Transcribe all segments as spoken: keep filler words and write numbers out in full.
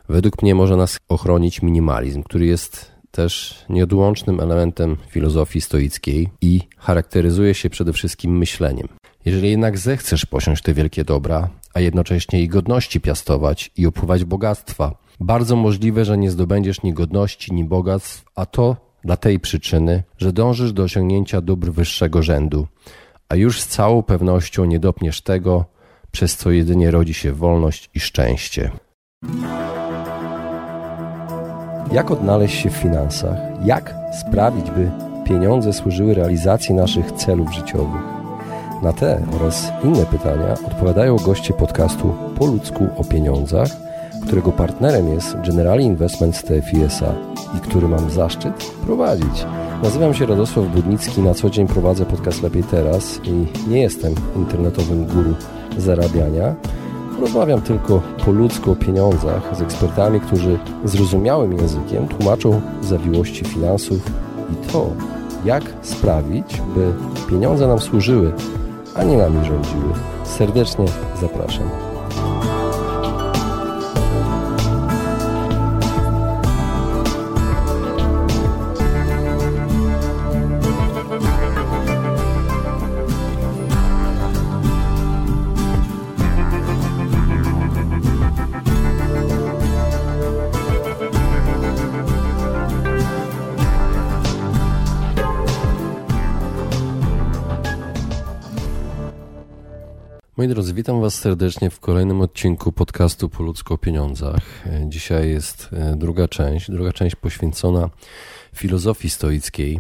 Według mnie może nas ochronić minimalizm, który jest też nieodłącznym elementem filozofii stoickiej i charakteryzuje się przede wszystkim myśleniem. Jeżeli jednak zechcesz posiąść te wielkie dobra, a jednocześnie i godności piastować i opływać bogactwa, bardzo możliwe, że nie zdobędziesz ni godności, ni bogactw, a to dla tej przyczyny, że dążysz do osiągnięcia dóbr wyższego rzędu, a już z całą pewnością nie dopniesz tego, przez co jedynie rodzi się wolność i szczęście. Jak odnaleźć się w finansach? Jak sprawić, by pieniądze służyły realizacji naszych celów życiowych? Na te oraz inne pytania odpowiadają goście podcastu Po ludzku o pieniądzach, którego partnerem jest Generali Investments T F I S A i który mam zaszczyt prowadzić. Nazywam się Radosław Budnicki, na co dzień prowadzę podcast Lepiej Teraz i nie jestem internetowym guru zarabiania. Rozmawiam tylko po ludzku o pieniądzach z ekspertami, którzy zrozumiałym językiem tłumaczą zawiłości finansów i to, jak sprawić, by pieniądze nam służyły, a nie nami rządziły. Serdecznie zapraszam. Moi drodzy, witam Was serdecznie w kolejnym odcinku podcastu Po ludzku o pieniądzach. Dzisiaj jest druga część, druga część poświęcona filozofii stoickiej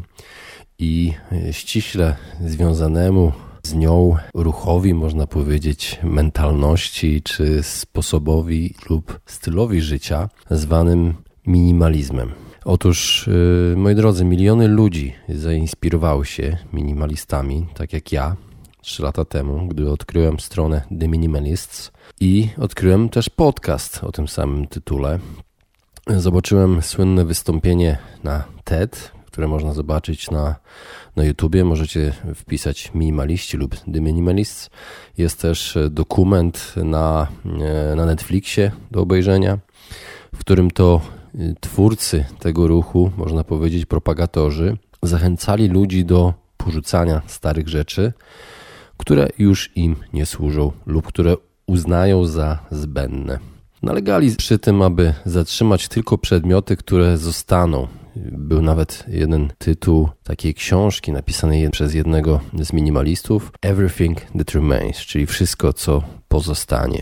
i ściśle związanemu z nią ruchowi, można powiedzieć, mentalności czy sposobowi lub stylowi życia zwanym minimalizmem. Otóż, moi drodzy, miliony ludzi zainspirowały się minimalistami, tak jak ja, trzy lata temu, gdy odkryłem stronę The Minimalists i odkryłem też podcast o tym samym tytule. Zobaczyłem słynne wystąpienie na TED, które można zobaczyć na, na YouTubie. Możecie wpisać minimaliści lub The Minimalists. Jest też dokument na, na Netflixie do obejrzenia, w którym to twórcy tego ruchu, można powiedzieć propagatorzy, zachęcali ludzi do porzucania starych rzeczy, które już im nie służą lub które uznają za zbędne. Nalegali przy tym, aby zatrzymać tylko przedmioty, które zostaną. Był nawet jeden tytuł takiej książki napisanej przez jednego z minimalistów, Everything That Remains, czyli wszystko, co pozostanie.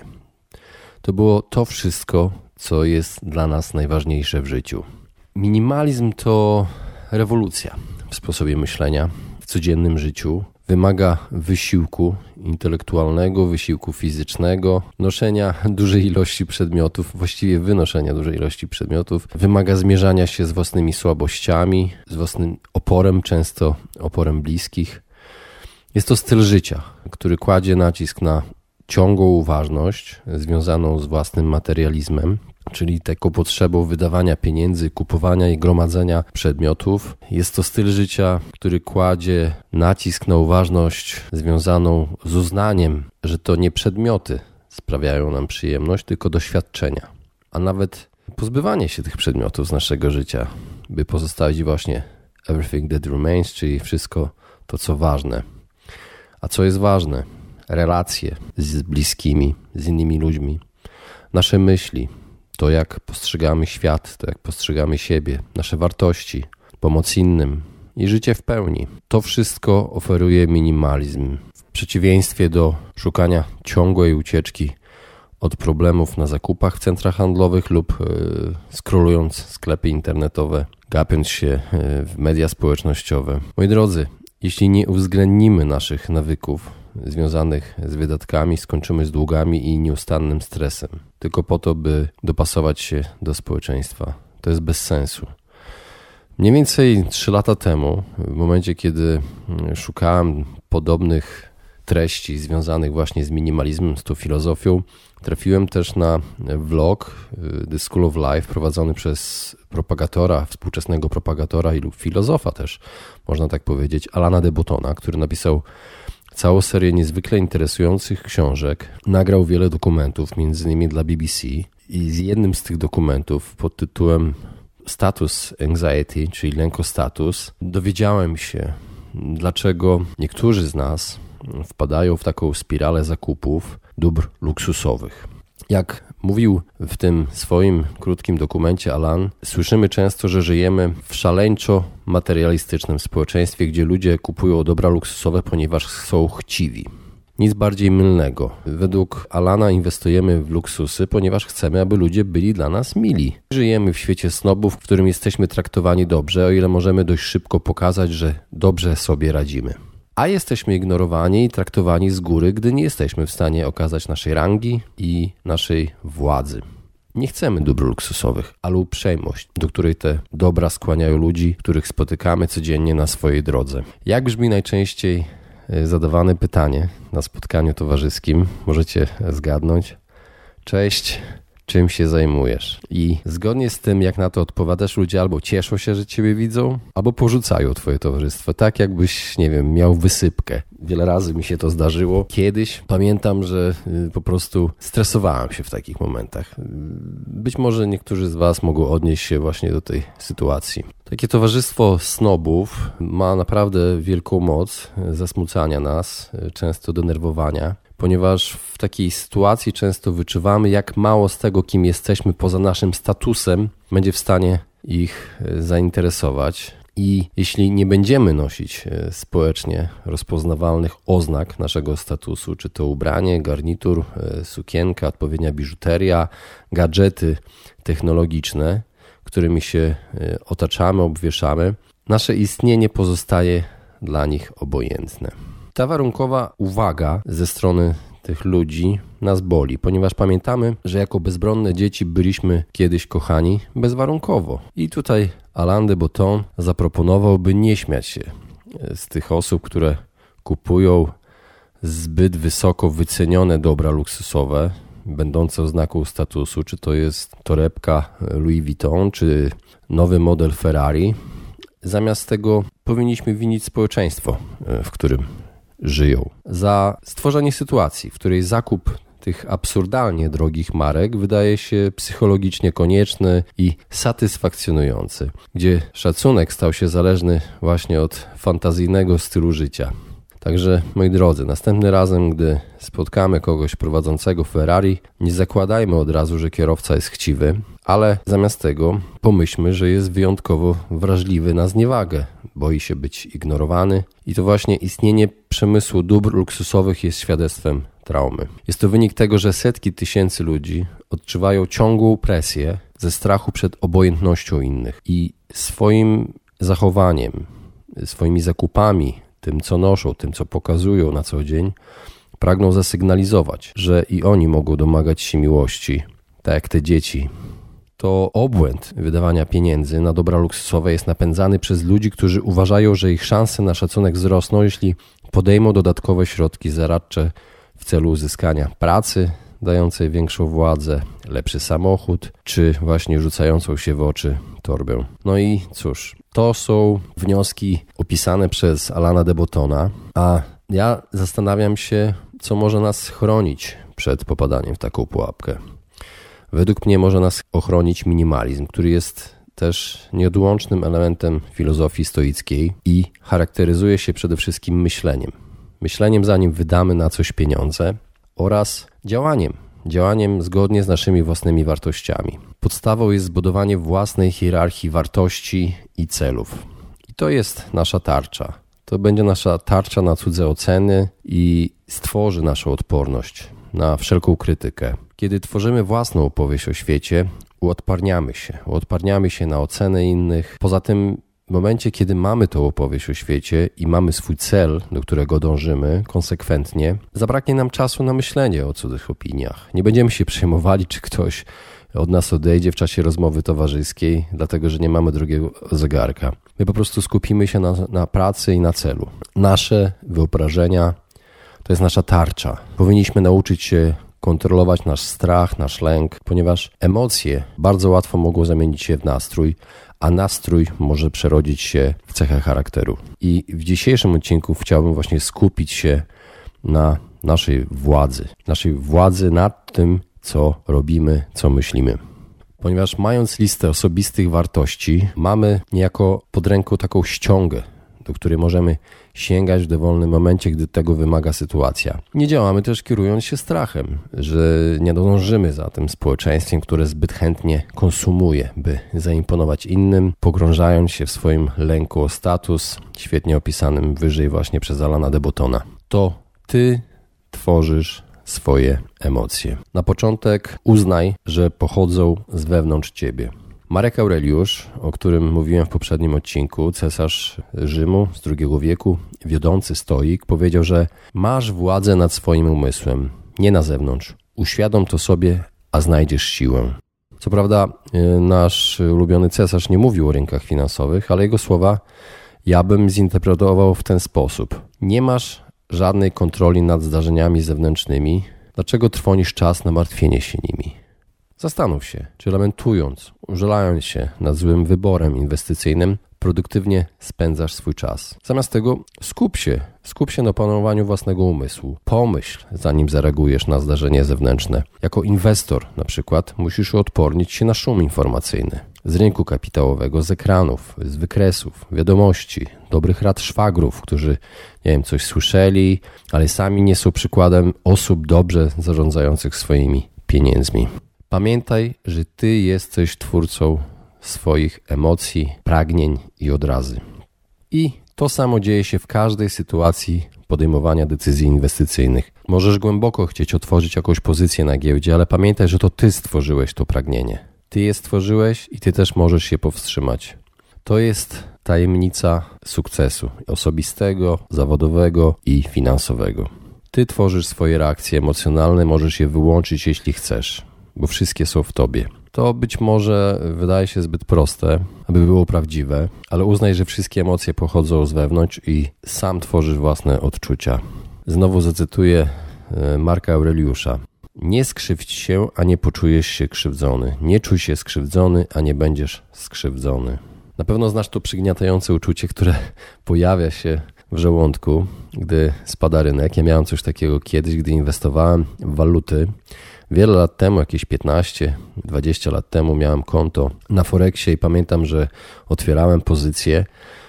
To było to wszystko, co jest dla nas najważniejsze w życiu. Minimalizm to rewolucja w sposobie myślenia, w codziennym życiu. Wymaga wysiłku intelektualnego, wysiłku fizycznego, noszenia dużej ilości przedmiotów, właściwie wynoszenia dużej ilości przedmiotów. Wymaga zmierzania się z własnymi słabościami, z własnym oporem, często oporem bliskich. Jest to styl życia, który kładzie nacisk na ciągłą uważność związaną z własnym materializmem, czyli taką potrzebą wydawania pieniędzy, kupowania i gromadzenia przedmiotów. Jest to styl życia, który kładzie nacisk na uważność związaną z uznaniem, że to nie przedmioty sprawiają nam przyjemność, tylko doświadczenia. A nawet pozbywanie się tych przedmiotów z naszego życia, by pozostawić właśnie everything that remains, czyli wszystko to, co ważne. A co jest ważne? Relacje z bliskimi, z innymi ludźmi, nasze myśli, to jak postrzegamy świat, to jak postrzegamy siebie, nasze wartości, pomoc innym i życie w pełni. To wszystko oferuje minimalizm. W przeciwieństwie do szukania ciągłej ucieczki od problemów na zakupach w centrach handlowych lub yy, scrollując sklepy internetowe, gapiąc się yy, w media społecznościowe. Moi drodzy, jeśli nie uwzględnimy naszych nawyków związanych z wydatkami, skończymy z długami i nieustannym stresem, tylko po to, by dopasować się do społeczeństwa. To jest bez sensu. Mniej więcej trzy lata temu, w momencie, kiedy szukałem podobnych treści związanych właśnie z minimalizmem, z tą filozofią, trafiłem też na vlog The School of Life prowadzony przez propagatora, współczesnego propagatora i lub filozofa też, można tak powiedzieć, Alana de Bottona, który napisał całą serię niezwykle interesujących książek, nagrał wiele dokumentów, między innymi dla B B C I z jednym z tych dokumentów pod tytułem Status Anxiety, czyli lękostatus, dowiedziałem się, dlaczego niektórzy z nas wpadają w taką spiralę zakupów dóbr luksusowych. Jak mówił w tym swoim krótkim dokumencie Alan, słyszymy często, że żyjemy w szaleńczo materialistycznym społeczeństwie, gdzie ludzie kupują dobra luksusowe, ponieważ są chciwi. Nic bardziej mylnego. Według Alana inwestujemy w luksusy, ponieważ chcemy, aby ludzie byli dla nas mili. Żyjemy w świecie snobów, w którym jesteśmy traktowani dobrze, o ile możemy dość szybko pokazać, że dobrze sobie radzimy. A jesteśmy ignorowani i traktowani z góry, gdy nie jesteśmy w stanie okazać naszej rangi i naszej władzy. Nie chcemy dóbr luksusowych, ale uprzejmość, do której te dobra skłaniają ludzi, których spotykamy codziennie na swojej drodze. Jak brzmi najczęściej zadawane pytanie na spotkaniu towarzyskim? Możecie zgadnąć. Cześć, czym się zajmujesz? I zgodnie z tym, jak na to odpowiadasz, ludzie albo cieszą się, że ciebie widzą, albo porzucają twoje towarzystwo. Tak jakbyś, nie wiem, miał wysypkę. Wiele razy mi się to zdarzyło. Kiedyś pamiętam, że po prostu stresowałem się w takich momentach. Być może niektórzy z was mogą odnieść się właśnie do tej sytuacji. Takie towarzystwo snobów ma naprawdę wielką moc zasmucania nas, często denerwowania, ponieważ w takiej sytuacji często wyczuwamy, jak mało z tego, kim jesteśmy poza naszym statusem, będzie w stanie ich zainteresować. I jeśli nie będziemy nosić społecznie rozpoznawalnych oznak naszego statusu, czy to ubranie, garnitur, sukienka, odpowiednia biżuteria, gadżety technologiczne, którymi się otaczamy, obwieszamy, nasze istnienie pozostaje dla nich obojętne. Ta warunkowa uwaga ze strony tych ludzi nas boli, ponieważ pamiętamy, że jako bezbronne dzieci byliśmy kiedyś kochani bezwarunkowo. I tutaj Alain de Botton zaproponował, by nie śmiać się z tych osób, które kupują zbyt wysoko wycenione dobra luksusowe, będące oznaką statusu, czy to jest torebka Louis Vuitton, czy nowy model Ferrari. Zamiast tego powinniśmy winić społeczeństwo, w którym żyją, za stworzenie sytuacji, w której zakup tych absurdalnie drogich marek wydaje się psychologicznie konieczny i satysfakcjonujący, gdzie szacunek stał się zależny właśnie od fantazyjnego stylu życia. Także, moi drodzy, następnym razem, gdy spotkamy kogoś prowadzącego Ferrari, nie zakładajmy od razu, że kierowca jest chciwy, ale zamiast tego pomyślmy, że jest wyjątkowo wrażliwy na zniewagę, boi się być ignorowany i to właśnie istnienie przemysłu dóbr luksusowych jest świadectwem traumy. Jest to wynik tego, że setki tysięcy ludzi odczuwają ciągłą presję ze strachu przed obojętnością innych i swoim zachowaniem, swoimi zakupami, tym co noszą, tym co pokazują na co dzień, pragną zasygnalizować, że i oni mogą domagać się miłości, tak jak te dzieci. To obłęd wydawania pieniędzy na dobra luksusowe jest napędzany przez ludzi, którzy uważają, że ich szanse na szacunek wzrosną, jeśli podejmą dodatkowe środki zaradcze w celu uzyskania pracy dającej większą władzę, lepszy samochód, czy właśnie rzucającą się w oczy torbę. No i cóż, to są wnioski opisane przez Alaina de Bottona, a ja zastanawiam się, co może nas chronić przed popadaniem w taką pułapkę. Według mnie może nas ochronić minimalizm, który jest też nieodłącznym elementem filozofii stoickiej i charakteryzuje się przede wszystkim myśleniem. Myśleniem, zanim wydamy na coś pieniądze, oraz działaniem. Działaniem zgodnie z naszymi własnymi wartościami. Podstawą jest zbudowanie własnej hierarchii wartości i celów. I to jest nasza tarcza. To będzie nasza tarcza na cudze oceny i stworzy naszą odporność na wszelką krytykę. Kiedy tworzymy własną opowieść o świecie, uodparniamy się. Uodparniamy się na ocenę innych. Poza tym w momencie, kiedy mamy tą opowieść o świecie i mamy swój cel, do którego dążymy konsekwentnie, zabraknie nam czasu na myślenie o cudzych opiniach. Nie będziemy się przejmowali, czy ktoś od nas odejdzie w czasie rozmowy towarzyskiej, dlatego że nie mamy drugiego zegarka. My po prostu skupimy się na, na pracy i na celu. Nasze wyobrażenia to jest nasza tarcza. Powinniśmy nauczyć się kontrolować nasz strach, nasz lęk, ponieważ emocje bardzo łatwo mogą zamienić się w nastrój, a nastrój może przerodzić się w cechę charakteru. I w dzisiejszym odcinku chciałbym właśnie skupić się na naszej władzy, naszej władzy nad tym, co robimy, co myślimy. Ponieważ mając listę osobistych wartości, mamy niejako pod ręką taką ściągę, do której możemy sięgać w dowolnym momencie, gdy tego wymaga sytuacja. Nie działamy też kierując się strachem, że nie dążymy za tym społeczeństwem, które zbyt chętnie konsumuje, by zaimponować innym, pogrążając się w swoim lęku o status, świetnie opisanym wyżej właśnie przez Alana de Bottona. To ty tworzysz swoje emocje. Na początek uznaj, że pochodzą z wewnątrz ciebie. Marek Aureliusz, o którym mówiłem w poprzednim odcinku, cesarz Rzymu z drugiego wieku, wiodący stoik, powiedział, że masz władzę nad swoim umysłem, nie na zewnątrz. Uświadom to sobie, a znajdziesz siłę. Co prawda nasz ulubiony cesarz nie mówił o rynkach finansowych, ale jego słowa ja bym zinterpretował w ten sposób. Nie masz żadnej kontroli nad zdarzeniami zewnętrznymi. Dlaczego trwonisz czas na martwienie się nimi? Zastanów się, czy lamentując, użalając się nad złym wyborem inwestycyjnym, produktywnie spędzasz swój czas. Zamiast tego skup się, skup się na opanowaniu własnego umysłu. Pomyśl, zanim zareagujesz na zdarzenie zewnętrzne. Jako inwestor na przykład musisz uodpornić się na szum informacyjny. Z rynku kapitałowego, z ekranów, z wykresów, wiadomości, dobrych rad szwagrów, którzy, nie wiem, coś słyszeli, ale sami nie są przykładem osób dobrze zarządzających swoimi pieniędzmi. Pamiętaj, że ty jesteś twórcą swoich emocji, pragnień i odrazy. I to samo dzieje się w każdej sytuacji podejmowania decyzji inwestycyjnych. Możesz głęboko chcieć otworzyć jakąś pozycję na giełdzie, ale pamiętaj, że to ty stworzyłeś to pragnienie. Ty je stworzyłeś i ty też możesz się powstrzymać. To jest tajemnica sukcesu osobistego, zawodowego i finansowego. Ty tworzysz swoje reakcje emocjonalne, możesz je wyłączyć, jeśli chcesz, bo wszystkie są w tobie. To być może wydaje się zbyt proste, aby było prawdziwe, ale uznaj, że wszystkie emocje pochodzą z wewnątrz i sam tworzysz własne odczucia. Znowu zacytuję Marka Aureliusza. Nie skrzywdź się, a nie poczujesz się krzywdzony. Nie czuj się skrzywdzony, a nie będziesz skrzywdzony. Na pewno znasz to przygniatające uczucie, które pojawia się w żołądku, gdy spada rynek. Ja miałem coś takiego kiedyś, gdy inwestowałem w waluty. Wiele lat temu, jakieś piętnaście dwadzieścia lat temu miałem konto na Forexie i pamiętam, że otwierałem pozycję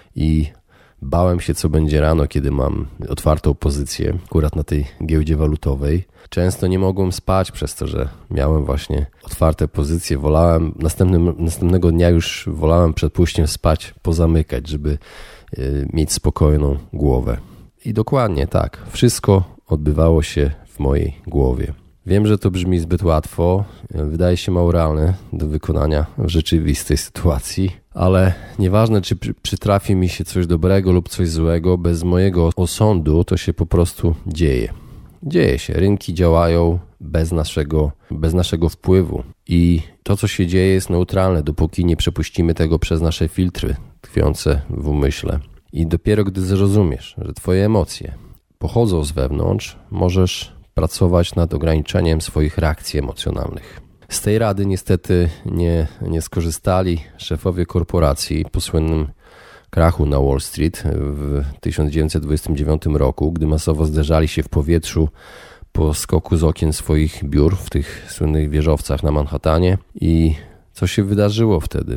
i bałem się, co będzie rano, kiedy mam otwartą pozycję, akurat na tej giełdzie walutowej. Często nie mogłem spać przez to, że miałem właśnie otwarte pozycje. Wolałem, następnym, następnego dnia już wolałem przed pójściem spać, pozamykać, żeby y, mieć spokojną głowę. I dokładnie tak, wszystko odbywało się w mojej głowie. Wiem, że to brzmi zbyt łatwo, wydaje się mało realne do wykonania w rzeczywistej sytuacji, ale nieważne, czy przytrafi mi się coś dobrego lub coś złego, bez mojego osądu to się po prostu dzieje. Dzieje się, rynki działają bez naszego, bez naszego wpływu i to, co się dzieje, jest neutralne, dopóki nie przepuścimy tego przez nasze filtry tkwiące w umyśle. I dopiero gdy zrozumiesz, że twoje emocje pochodzą z wewnątrz, możesz pracować nad ograniczeniem swoich reakcji emocjonalnych. Z tej rady niestety nie, nie skorzystali szefowie korporacji po słynnym krachu na Wall Street w tysiąc dziewięćset dwudziestym dziewiątym roku, gdy masowo zderzali się w powietrzu po skoku z okien swoich biur w tych słynnych wieżowcach na Manhattanie. I co się wydarzyło wtedy?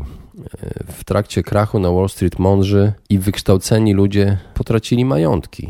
W trakcie krachu na Wall Street mądrzy i wykształceni ludzie potracili majątki.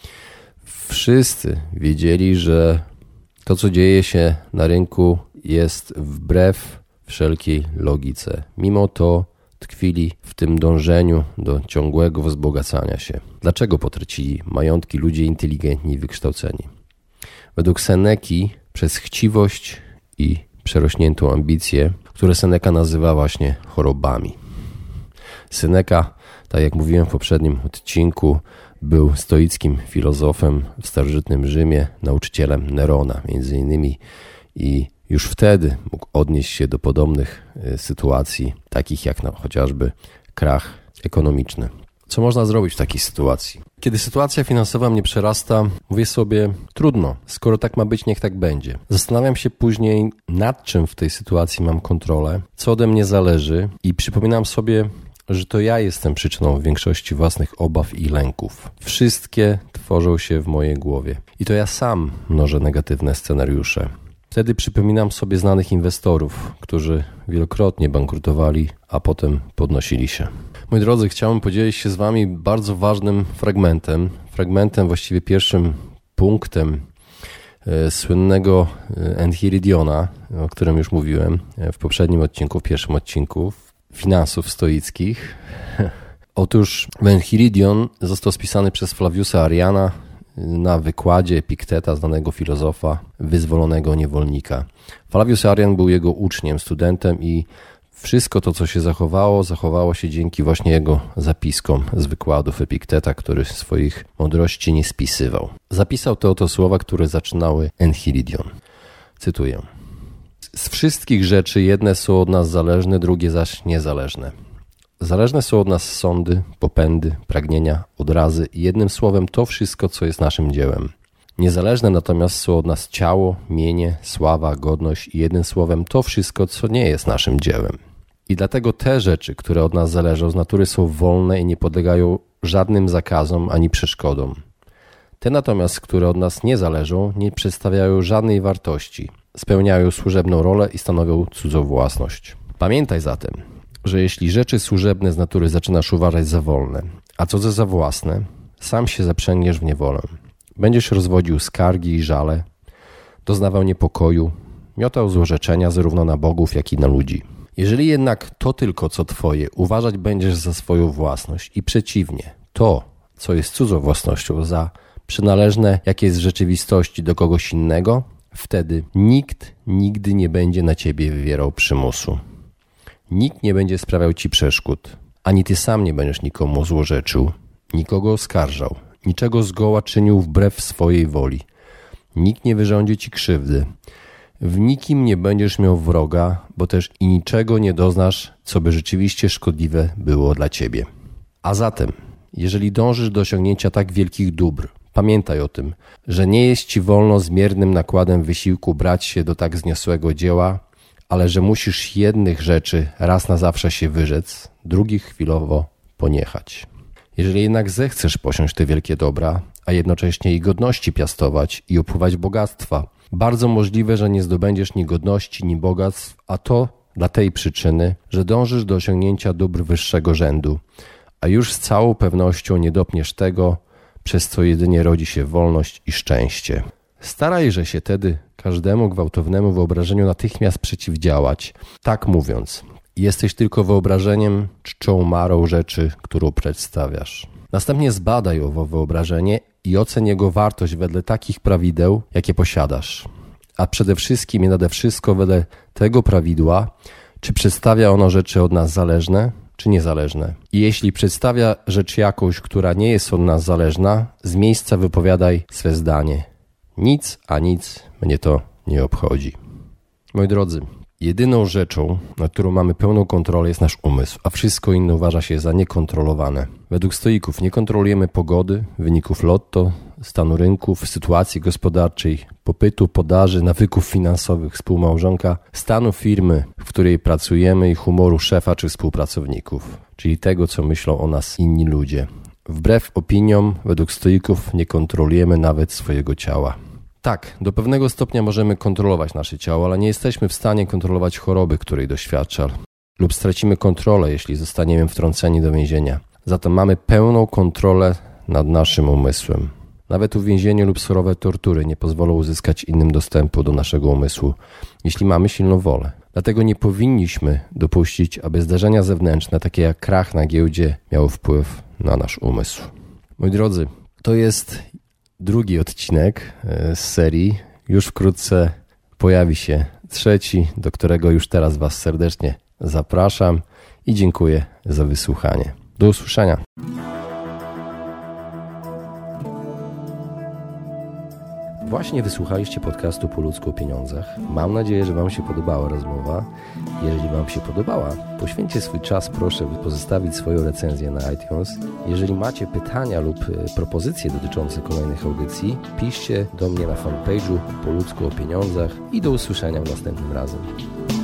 Wszyscy wiedzieli, że to, co dzieje się na rynku, jest wbrew wszelkiej logice. Mimo to tkwili w tym dążeniu do ciągłego wzbogacania się. Dlaczego potracili majątki ludzie inteligentni i wykształceni? Według Seneki przez chciwość i przerośniętą ambicję, które Seneca nazywa właśnie chorobami. Seneca, tak jak mówiłem w poprzednim odcinku, był stoickim filozofem w starożytnym Rzymie, nauczycielem Nerona między innymi i już wtedy mógł odnieść się do podobnych sytuacji, takich jak no, chociażby krach ekonomiczny. Co można zrobić w takiej sytuacji? Kiedy sytuacja finansowa mnie przerasta, mówię sobie, trudno, skoro tak ma być, niech tak będzie. Zastanawiam się później, nad czym w tej sytuacji mam kontrolę, co ode mnie zależy i przypominam sobie, że to ja jestem przyczyną większości własnych obaw i lęków. Wszystkie tworzą się w mojej głowie. I to ja sam mnożę negatywne scenariusze. Wtedy przypominam sobie znanych inwestorów, którzy wielokrotnie bankrutowali, a potem podnosili się. Moi drodzy, chciałbym podzielić się z wami bardzo ważnym fragmentem, fragmentem, właściwie pierwszym punktem e, słynnego Enchiridiona, o którym już mówiłem w poprzednim odcinku, w pierwszym odcinku, finansów stoickich. Otóż Enchiridion został spisany przez Flaviusa Arriana na wykładzie Epikteta, znanego filozofa, wyzwolonego niewolnika. Flavius Arrian był jego uczniem, studentem i wszystko to, co się zachowało, zachowało się dzięki właśnie jego zapiskom z wykładów Epikteta, który swoich mądrości nie spisywał. Zapisał te oto słowa, które zaczynały Enchiridion. Cytuję. Z wszystkich rzeczy jedne są od nas zależne, drugie zaś niezależne. Zależne są od nas sądy, popędy, pragnienia, odrazy i jednym słowem to wszystko, co jest naszym dziełem. Niezależne natomiast są od nas ciało, mienie, sława, godność i jednym słowem to wszystko, co nie jest naszym dziełem. I dlatego te rzeczy, które od nas zależą, z natury są wolne i nie podlegają żadnym zakazom ani przeszkodom. Te natomiast, które od nas nie zależą, nie przedstawiają żadnej wartości, spełniają służebną rolę i stanowią cudzą własność. Pamiętaj zatem, że jeśli rzeczy służebne z natury zaczynasz uważać za wolne, a cudze za własne, sam się zaprzęgniesz w niewolę. Będziesz rozwodził skargi i żale, doznawał niepokoju, miotał złorzeczenia zarówno na bogów, jak i na ludzi. Jeżeli jednak to tylko, co twoje, uważać będziesz za swoją własność i przeciwnie, to, co jest cudzą własnością, za przynależne, jakie jest w rzeczywistości do kogoś innego, wtedy nikt nigdy nie będzie na ciebie wywierał przymusu. Nikt nie będzie sprawiał ci przeszkód, ani ty sam nie będziesz nikomu złorzeczył, nikogo oskarżał, niczego zgoła czynił wbrew swojej woli. Nikt nie wyrządzi ci krzywdy. W nikim nie będziesz miał wroga, bo też i niczego nie doznasz, co by rzeczywiście szkodliwe było dla ciebie. A zatem, jeżeli dążysz do osiągnięcia tak wielkich dóbr, pamiętaj o tym, że nie jest ci wolno zmiernym nakładem wysiłku brać się do tak wzniosłego dzieła, ale że musisz jednych rzeczy raz na zawsze się wyrzec, drugich chwilowo poniechać. Jeżeli jednak zechcesz posiąść te wielkie dobra, a jednocześnie i godności piastować i opływać bogactwa, bardzo możliwe, że nie zdobędziesz ni godności, ni bogactw, a to dla tej przyczyny, że dążysz do osiągnięcia dóbr wyższego rzędu, a już z całą pewnością nie dopniesz tego, przez co jedynie rodzi się wolność i szczęście. Starajże się tedy każdemu gwałtownemu wyobrażeniu natychmiast przeciwdziałać, tak mówiąc, jesteś tylko wyobrażeniem czczą marą rzeczy, którą przedstawiasz. Następnie zbadaj owo wyobrażenie i oceń jego wartość wedle takich prawideł, jakie posiadasz. A przede wszystkim i nade wszystko wedle tego prawidła, czy przedstawia ono rzeczy od nas zależne, czy niezależne. I jeśli przedstawia rzecz jakąś, która nie jest od nas zależna, z miejsca wypowiadaj swe zdanie. Nic, a nic mnie to nie obchodzi. Moi drodzy, jedyną rzeczą, nad którą mamy pełną kontrolę, jest nasz umysł, a wszystko inne uważa się za niekontrolowane. Według stoików nie kontrolujemy pogody, wyników lotto, stanu rynków, sytuacji gospodarczej, popytu, podaży, nawyków finansowych współmałżonka, stanu firmy, w której pracujemy i humoru szefa czy współpracowników, czyli tego, co myślą o nas inni ludzie. Wbrew opiniom, według stoików nie kontrolujemy nawet swojego ciała. Tak, do pewnego stopnia możemy kontrolować nasze ciało, ale nie jesteśmy w stanie kontrolować choroby, której doświadcza. Lub stracimy kontrolę, jeśli zostaniemy wtrąceni do więzienia. Zatem mamy pełną kontrolę nad naszym umysłem. Nawet uwięzienie lub surowe tortury nie pozwolą uzyskać innym dostępu do naszego umysłu, jeśli mamy silną wolę. Dlatego nie powinniśmy dopuścić, aby zdarzenia zewnętrzne, takie jak krach na giełdzie, miały wpływ na nasz umysł. Moi drodzy, to jest drugi odcinek z serii. Już wkrótce pojawi się trzeci, do którego już teraz Was serdecznie zapraszam i dziękuję za wysłuchanie. Do usłyszenia. Właśnie wysłuchaliście podcastu Po ludzku o pieniądzach. Mam nadzieję, że Wam się podobała rozmowa. Jeżeli Wam się podobała, poświęćcie swój czas, proszę, by pozostawić swoją recenzję na iTunes. Jeżeli macie pytania lub propozycje dotyczące kolejnych audycji, piszcie do mnie na fanpage'u Po ludzku o pieniądzach i do usłyszenia następnym razem.